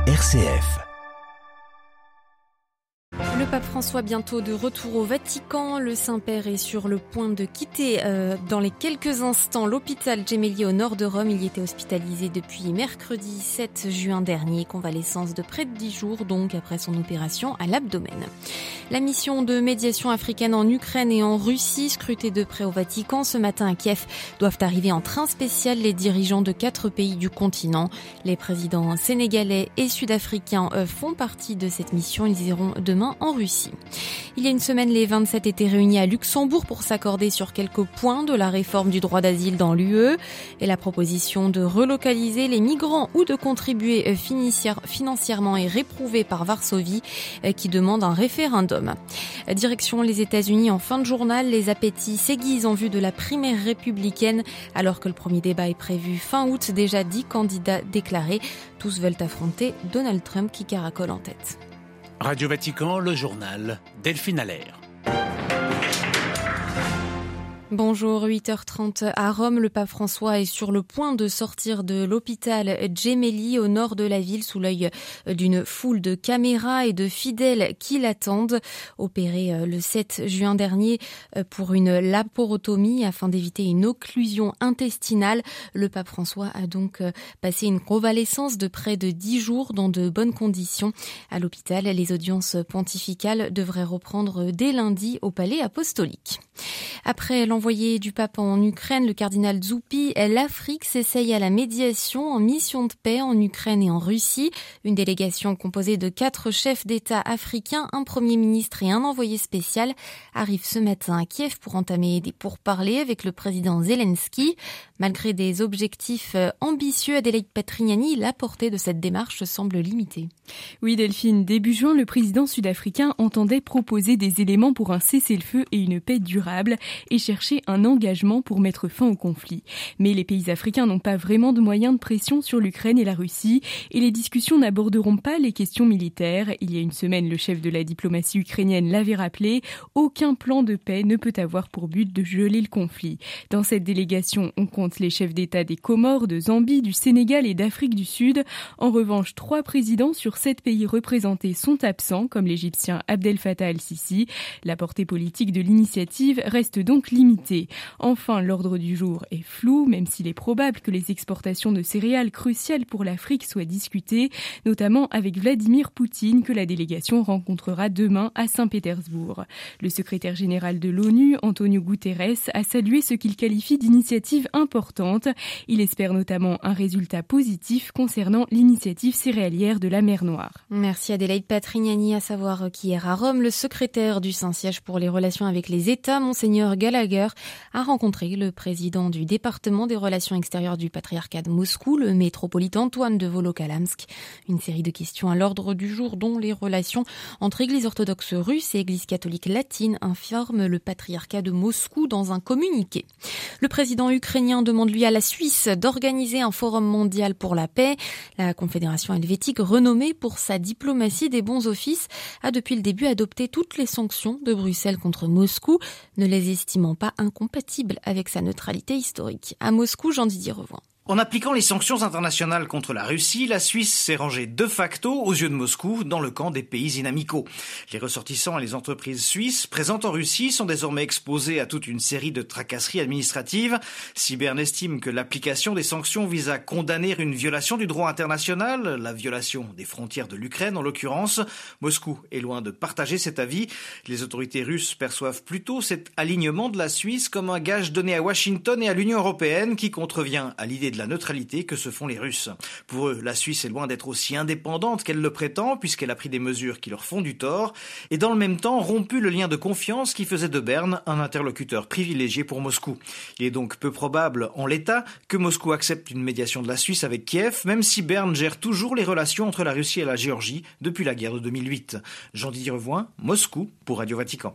RCF. Le pape François bientôt de retour au Vatican. Le Saint-Père est sur le point de quitter dans les quelques instants l'hôpital Gemelli au nord de Rome. Il y était hospitalisé depuis mercredi 7 juin dernier. Convalescence de près de 10 jours donc après son opération à l'abdomen. La mission de médiation africaine en Ukraine et en Russie, scrutée de près au Vatican. Ce matin à Kiev doivent arriver en train spécial les dirigeants de 4 pays du continent. Les présidents sénégalais et sud-africains font partie de cette mission. Ils iront demain en Russie. Il y a une semaine, les 27 étaient réunis à Luxembourg pour s'accorder sur quelques points de la réforme du droit d'asile dans l'UE et la proposition de relocaliser les migrants ou de contribuer financièrement est réprouvée par Varsovie qui demande un référendum. Direction les États-Unis en fin de journal, les appétits s'aiguisent en vue de la primaire républicaine alors que le premier débat est prévu fin août. Déjà 10 candidats déclarés. Tous veulent affronter Donald Trump qui caracole en tête. Radio Vatican, le journal, Delphine Allaire. Bonjour, 8h30 à Rome. Le pape François est sur le point de sortir de l'hôpital Gemelli au nord de la ville sous l'œil d'une foule de caméras et de fidèles qui l'attendent. Opéré le 7 juin dernier pour une laporotomie afin d'éviter une occlusion intestinale. Le pape François a donc passé une convalescence de près de 10 jours dans de bonnes conditions. À l'hôpital, les audiences pontificales devraient reprendre dès lundi au palais apostolique. Après l'envoyé du pape en Ukraine, le cardinal Zuppi, l'Afrique s'essaye à la médiation en mission de paix en Ukraine et en Russie. Une délégation composée de 4 chefs d'État africains, un premier ministre et un envoyé spécial arrive ce matin à Kiev pour entamer des pourparlers avec le président Zelensky. Malgré des objectifs ambitieux, Adélaïde Patrignani, la portée de cette démarche semble limitée. Oui Delphine, début juin, le président sud-africain entendait proposer des éléments pour un cessez-le-feu et une paix durable et chercher un engagement pour mettre fin au conflit. Mais les pays africains n'ont pas vraiment de moyens de pression sur l'Ukraine et la Russie et les discussions n'aborderont pas les questions militaires. Il y a une semaine, le chef de la diplomatie ukrainienne l'avait rappelé, aucun plan de paix ne peut avoir pour but de geler le conflit. Dans cette délégation, on compte les chefs d'État des Comores, de Zambie, du Sénégal et d'Afrique du Sud. En revanche, 3 présidents sur 7 pays représentés sont absents, comme l'Égyptien Abdel Fattah el-Sisi. La portée politique de l'initiative reste donc limitée. Enfin, l'ordre du jour est flou, même s'il est probable que les exportations de céréales cruciales pour l'Afrique soient discutées, notamment avec Vladimir Poutine, que la délégation rencontrera demain à Saint-Pétersbourg. Le secrétaire général de l'ONU, Antonio Guterres, a salué ce qu'il qualifie d'initiative importante. Il espère notamment un résultat positif concernant l'initiative céréalière de la mer Noire. Merci Adélaïde Patrignani. À savoir qu'hier à Rome, le secrétaire du Saint-Siège pour les relations avec les États, Monseigneur Gallagher, a rencontré le président du département des relations extérieures du patriarcat de Moscou, le métropolite Antoine de Volokalamsk. Une série de questions à l'ordre du jour dont les relations entre Église orthodoxe russe et Église catholique latine, informe le patriarcat de Moscou dans un communiqué. Le président ukrainien demande lui à la Suisse d'organiser un forum mondial pour la paix. La Confédération helvétique, renommée pour sa diplomatie des bons offices, a depuis le début adopté toutes les sanctions de Bruxelles contre Moscou, ne les estimant pas incompatibles avec sa neutralité historique. À Moscou, Jean-Didier Revoin. En appliquant les sanctions internationales contre la Russie, la Suisse s'est rangée de facto aux yeux de Moscou dans le camp des pays inamicaux. Les ressortissants et les entreprises suisses présentes en Russie sont désormais exposés à toute une série de tracasseries administratives. Si Berne estime que l'application des sanctions vise à condamner une violation du droit international, la violation des frontières de l'Ukraine en l'occurrence, Moscou est loin de partager cet avis. Les autorités russes perçoivent plutôt cet alignement de la Suisse comme un gage donné à Washington et à l'Union européenne qui contrevient à l'idée de la neutralité que se font les Russes. Pour eux, la Suisse est loin d'être aussi indépendante qu'elle le prétend, puisqu'elle a pris des mesures qui leur font du tort, et dans le même temps rompu le lien de confiance qui faisait de Berne un interlocuteur privilégié pour Moscou. Il est donc peu probable, en l'état, que Moscou accepte une médiation de la Suisse avec Kiev, même si Berne gère toujours les relations entre la Russie et la Géorgie depuis la guerre de 2008. Jean-Didier Revoin, Moscou, pour Radio Vatican.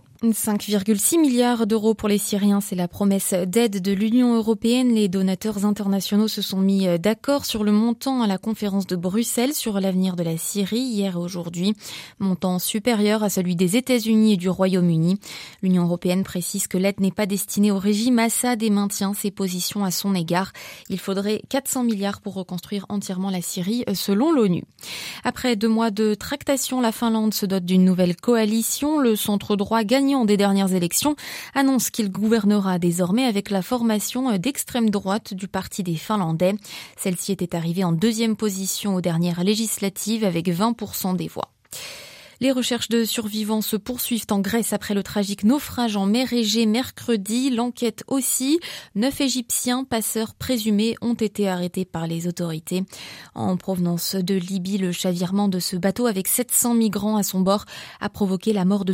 5,6 milliards d'euros pour les Syriens, c'est la promesse d'aide de l'Union européenne. Les donateurs internationaux gouvernements se sont mis d'accord sur le montant à la conférence de Bruxelles sur l'avenir de la Syrie hier et aujourd'hui. Montant supérieur à celui des États-Unis et du Royaume-Uni. L'Union européenne précise que l'aide n'est pas destinée au régime Assad et maintient ses positions à son égard. Il faudrait 400 milliards pour reconstruire entièrement la Syrie, selon l'ONU. Après 2 mois de tractation, la Finlande se dote d'une nouvelle coalition. Le centre-droit gagnant des dernières élections annonce qu'il gouvernera désormais avec la formation d'extrême droite du Parti des Finlandais. Celle-ci était arrivée en 2e position aux dernières législatives avec 20% des voix. Les recherches de survivants se poursuivent en Grèce après le tragique naufrage en mer Égée mercredi. L'enquête aussi. 9 Égyptiens passeurs présumés ont été arrêtés par les autorités. En provenance de Libye, le chavirement de ce bateau avec 700 migrants à son bord a provoqué la mort de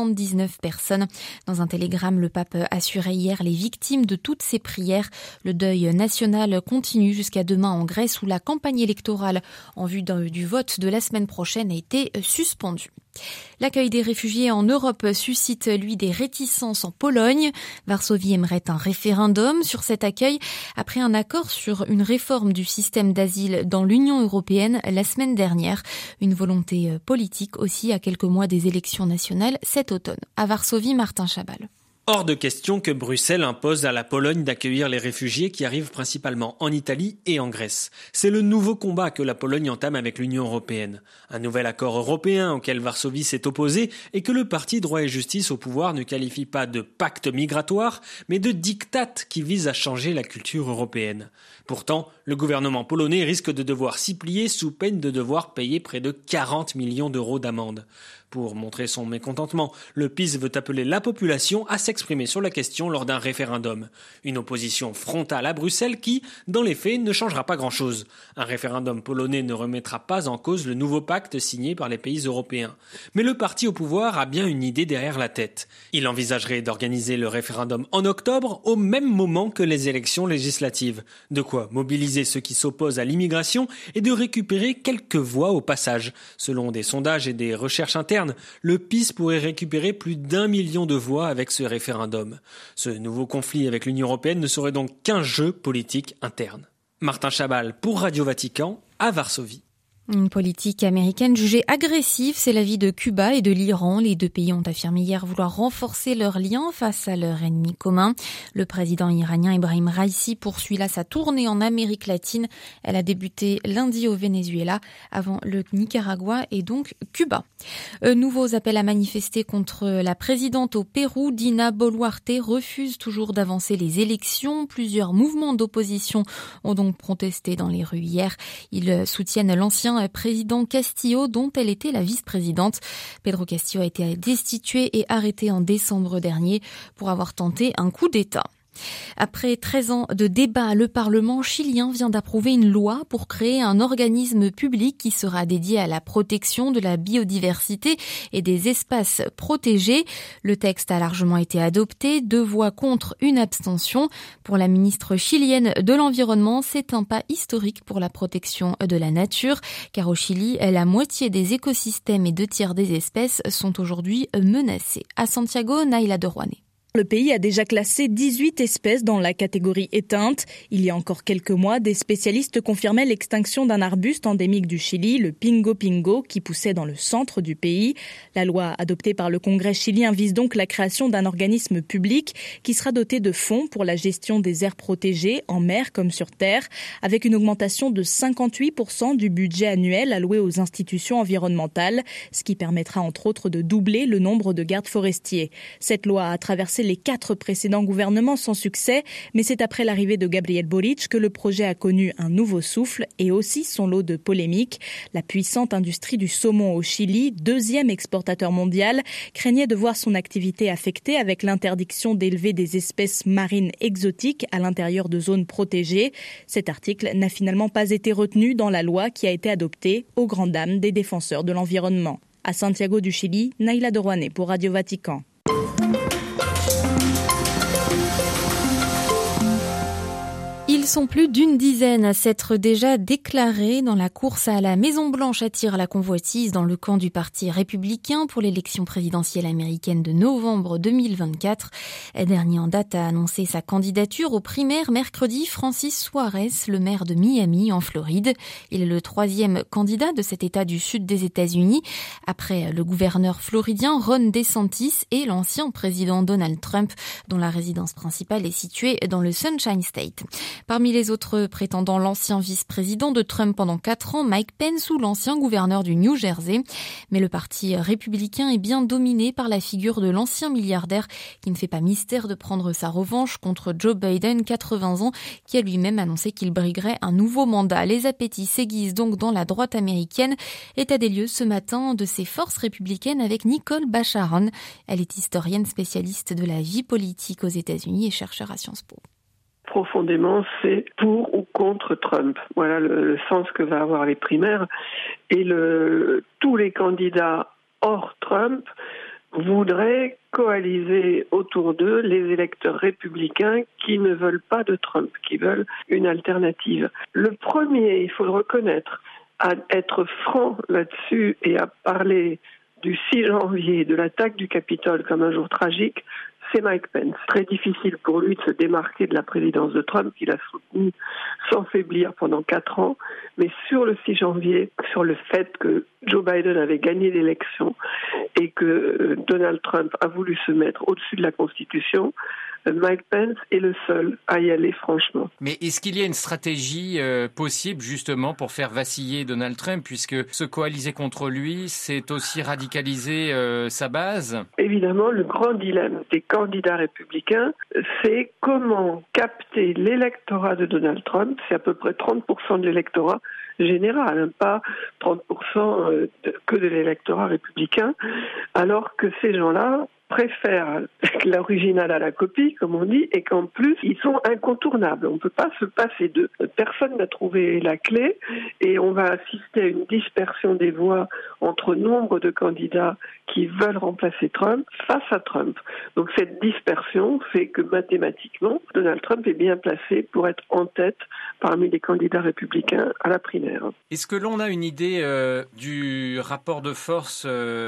79 personnes. Dans un télégramme, le pape assurait hier les victimes de toutes ces prières. Le deuil national continue jusqu'à demain en Grèce où la campagne électorale en vue du vote de la semaine prochaine a été suspendue. L'accueil des réfugiés en Europe suscite, lui, des réticences en Pologne. Varsovie aimerait un référendum sur cet accueil après un accord sur une réforme du système d'asile dans l'Union européenne la semaine dernière. Une volonté politique aussi à quelques mois des élections nationales cet automne. À Varsovie, Martin Chabal. Hors de question que Bruxelles impose à la Pologne d'accueillir les réfugiés qui arrivent principalement en Italie et en Grèce. C'est le nouveau combat que la Pologne entame avec l'Union européenne. Un nouvel accord européen auquel Varsovie s'est opposé et que le parti Droit et Justice au pouvoir ne qualifie pas de pacte migratoire, mais de diktat qui vise à changer la culture européenne. Pourtant, le gouvernement polonais risque de devoir s'y plier sous peine de devoir payer près de 40 millions d'euros d'amende. Pour montrer son mécontentement, le PiS veut appeler la population à s'exprimer sur la question lors d'un référendum. Une opposition frontale à Bruxelles qui, dans les faits, ne changera pas grand-chose. Un référendum polonais ne remettra pas en cause le nouveau pacte signé par les pays européens. Mais le parti au pouvoir a bien une idée derrière la tête. Il envisagerait d'organiser le référendum en octobre, au même moment que les élections législatives. De quoi mobiliser ceux qui s'opposent à l'immigration et de récupérer quelques voix au passage. Selon des sondages et des recherches internes, le PiS pourrait récupérer plus d'1 million de voix avec ce référendum. Ce nouveau conflit avec l'Union européenne ne serait donc qu'un jeu politique interne. Martin Chabal pour Radio Vatican à Varsovie. Une politique américaine jugée agressive, c'est l'avis de Cuba et de l'Iran. Les 2 pays ont affirmé hier vouloir renforcer leurs liens face à leur ennemi commun. Le président iranien Ebrahim Raïssi poursuit là sa tournée en Amérique latine. Elle a débuté lundi au Venezuela, avant le Nicaragua et donc Cuba. Nouveaux appels à manifester contre la présidente au Pérou. Dina Boluarte refuse toujours d'avancer les élections. Plusieurs mouvements d'opposition ont donc protesté dans les rues hier. Ils soutiennent l'ancien président Castillo, dont elle était la vice-présidente. Pedro Castillo a été destitué et arrêté en décembre dernier pour avoir tenté un coup d'État. Après 13 ans de débat, le Parlement chilien vient d'approuver une loi pour créer un organisme public qui sera dédié à la protection de la biodiversité et des espaces protégés. Le texte a largement été adopté, 2 voix contre, 1 abstention. Pour la ministre chilienne de l'Environnement, c'est un pas historique pour la protection de la nature, car au Chili, la moitié des écosystèmes et 2 tiers des espèces sont aujourd'hui menacés. À Santiago, Naïla de Rouanet. Le pays a déjà classé 18 espèces dans la catégorie éteinte. Il y a encore quelques mois, des spécialistes confirmaient l'extinction d'un arbuste endémique du Chili, le pingo pingo, qui poussait dans le centre du pays. La loi adoptée par le Congrès chilien vise donc la création d'un organisme public qui sera doté de fonds pour la gestion des aires protégées, en mer comme sur terre, avec une augmentation de 58% du budget annuel alloué aux institutions environnementales, ce qui permettra entre autres de doubler le nombre de gardes forestiers. Cette loi a traversé les 4 précédents gouvernements sans succès, mais c'est après l'arrivée de Gabriel Boric que le projet a connu un nouveau souffle et aussi son lot de polémiques. La puissante industrie du saumon au Chili, 2e exportateur mondial, craignait de voir son activité affectée avec l'interdiction d'élever des espèces marines exotiques à l'intérieur de zones protégées. Cet article n'a finalement pas été retenu dans la loi qui a été adoptée aux grandes dames des défenseurs de l'environnement. À Santiago du Chili, Naïla de Rouanet pour Radio Vatican. Il Ils sont plus d'une dizaine à s'être déjà déclarés dans la course à la Maison-Blanche attire la convoitise dans le camp du Parti républicain pour l'élection présidentielle américaine de novembre 2024. Dernier en date a annoncé sa candidature aux primaires mercredi, Francis Suarez, le maire de Miami en Floride. Il est le 3e candidat de cet État du sud des États-Unis, après le gouverneur floridien Ron DeSantis et l'ancien président Donald Trump, dont la résidence principale est située dans le Sunshine State. Parmi les autres prétendants, l'ancien vice-président de Trump pendant 4 ans, Mike Pence, ou l'ancien gouverneur du New Jersey. Mais le parti républicain est bien dominé par la figure de l'ancien milliardaire qui ne fait pas mystère de prendre sa revanche contre Joe Biden, 80 ans, qui a lui-même annoncé qu'il briguerait un nouveau mandat. Les appétits s'aiguisent donc dans la droite américaine. État des lieux ce matin de ces forces républicaines avec Nicole Bacharan. Elle est historienne spécialiste de la vie politique aux États-Unis et chercheure à Sciences Po. Profondément, c'est pour ou contre Trump. Voilà le sens que va avoir les primaires. Et tous les candidats hors Trump voudraient coaliser autour d'eux les électeurs républicains qui ne veulent pas de Trump, qui veulent une alternative. Le premier, il faut le reconnaître, à être franc là-dessus et à parler du 6 janvier, de l'attaque du Capitole comme un jour tragique, c'est Mike Pence. Très difficile pour lui de se démarquer de la présidence de Trump qu'il a soutenue sans faiblir pendant 4 ans. Mais sur le 6 janvier, sur le fait que Joe Biden avait gagné l'élection et que Donald Trump a voulu se mettre au-dessus de la Constitution, Mike Pence est le seul à y aller franchement. Mais est-ce qu'il y a une stratégie possible justement pour faire vaciller Donald Trump, puisque se coaliser contre lui, c'est aussi radicaliser sa base? Évidemment, le grand dilemme des candidats républicains, c'est comment capter l'électorat de Donald Trump. C'est à peu près 30% de l'électorat général, pas 30% que de l'électorat républicain, alors que ces gens-là préfèrent l'original à la copie, comme on dit, et qu'en plus, ils sont incontournables. On ne peut pas se passer d'eux. Personne n'a trouvé la clé et on va assister à une dispersion des voix entre nombre de candidats qui veulent remplacer Trump face à Trump. Donc cette dispersion fait que mathématiquement, Donald Trump est bien placé pour être en tête parmi les candidats républicains à la primaire. Est-ce que l'on a une idée du rapport de force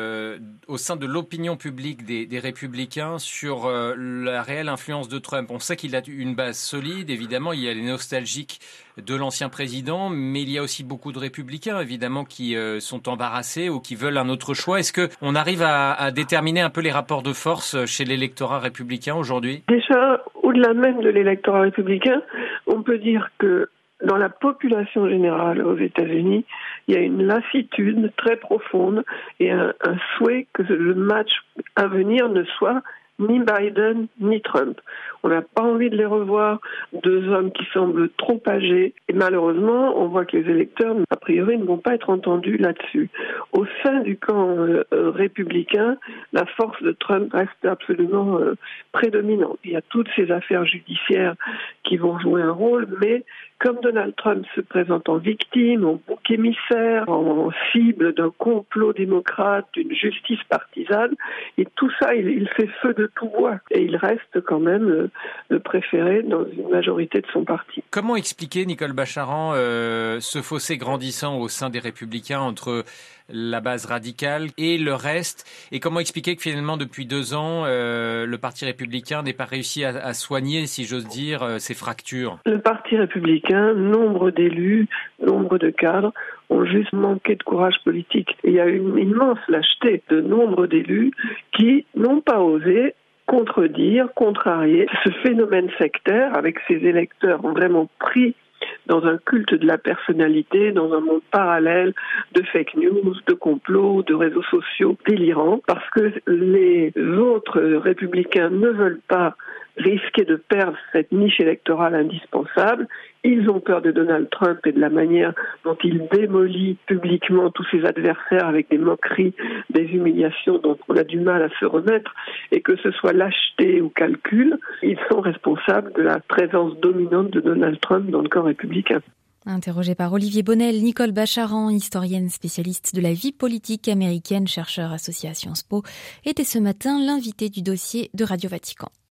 au sein de l'opinion publique des républicains sur la réelle influence de Trump? On sait qu'il a une base solide, évidemment, il y a les nostalgiques de l'ancien président, mais il y a aussi beaucoup de républicains, évidemment, qui sont embarrassés ou qui veulent un autre choix. Est-ce qu'on arrive à déterminer un peu les rapports de force chez l'électorat républicain aujourd'hui? Déjà, au-delà même de l'électorat républicain, on peut dire que dans la population générale aux États-Unis, il y a une lassitude très profonde et un souhait que le match à venir ne soit ni Biden ni Trump. On n'a pas envie de les revoir, 2 hommes qui semblent trop âgés. Et malheureusement, on voit que les électeurs, a priori, ne vont pas être entendus là-dessus. Au sein du camp républicain, la force de Trump reste absolument prédominante. Il y a toutes ces affaires judiciaires qui vont jouer un rôle, mais comme Donald Trump se présente en victime, en bouc émissaire, en cible d'un complot démocrate, d'une justice partisane, et tout ça, il fait feu de tout bois. Et il reste quand même le préféré dans une majorité de son parti. Comment expliquer, Nicole Bacharan, ce fossé grandissant au sein des Républicains entre la base radicale et le reste? Et comment expliquer que finalement, depuis 2 ans, le Parti républicain n'ait pas réussi à soigner, si j'ose dire, ces fractures? Le Parti républicain, nombre d'élus, nombre de cadres, ont juste manqué de courage politique. Et il y a une immense lâcheté de nombre d'élus qui n'ont pas osé contredire, contrarier ce phénomène sectaire avec ces électeurs vraiment pris dans un culte de la personnalité, dans un monde parallèle de fake news, de complots, de réseaux sociaux délirants, parce que les autres républicains ne veulent pas risquer de perdre cette niche électorale indispensable. Ils ont peur de Donald Trump et de la manière dont il démolit publiquement tous ses adversaires avec des moqueries, des humiliations dont on a du mal à se remettre, et que ce soit lâcheté ou calcul, ils sont responsables de la présence dominante de Donald Trump dans le camp républicain. Interrogée par Olivier Bonnel, Nicole Bacharan, historienne spécialiste de la vie politique américaine, chercheur associée à Sciences Po, était ce matin l'invitée du dossier de Radio Vatican.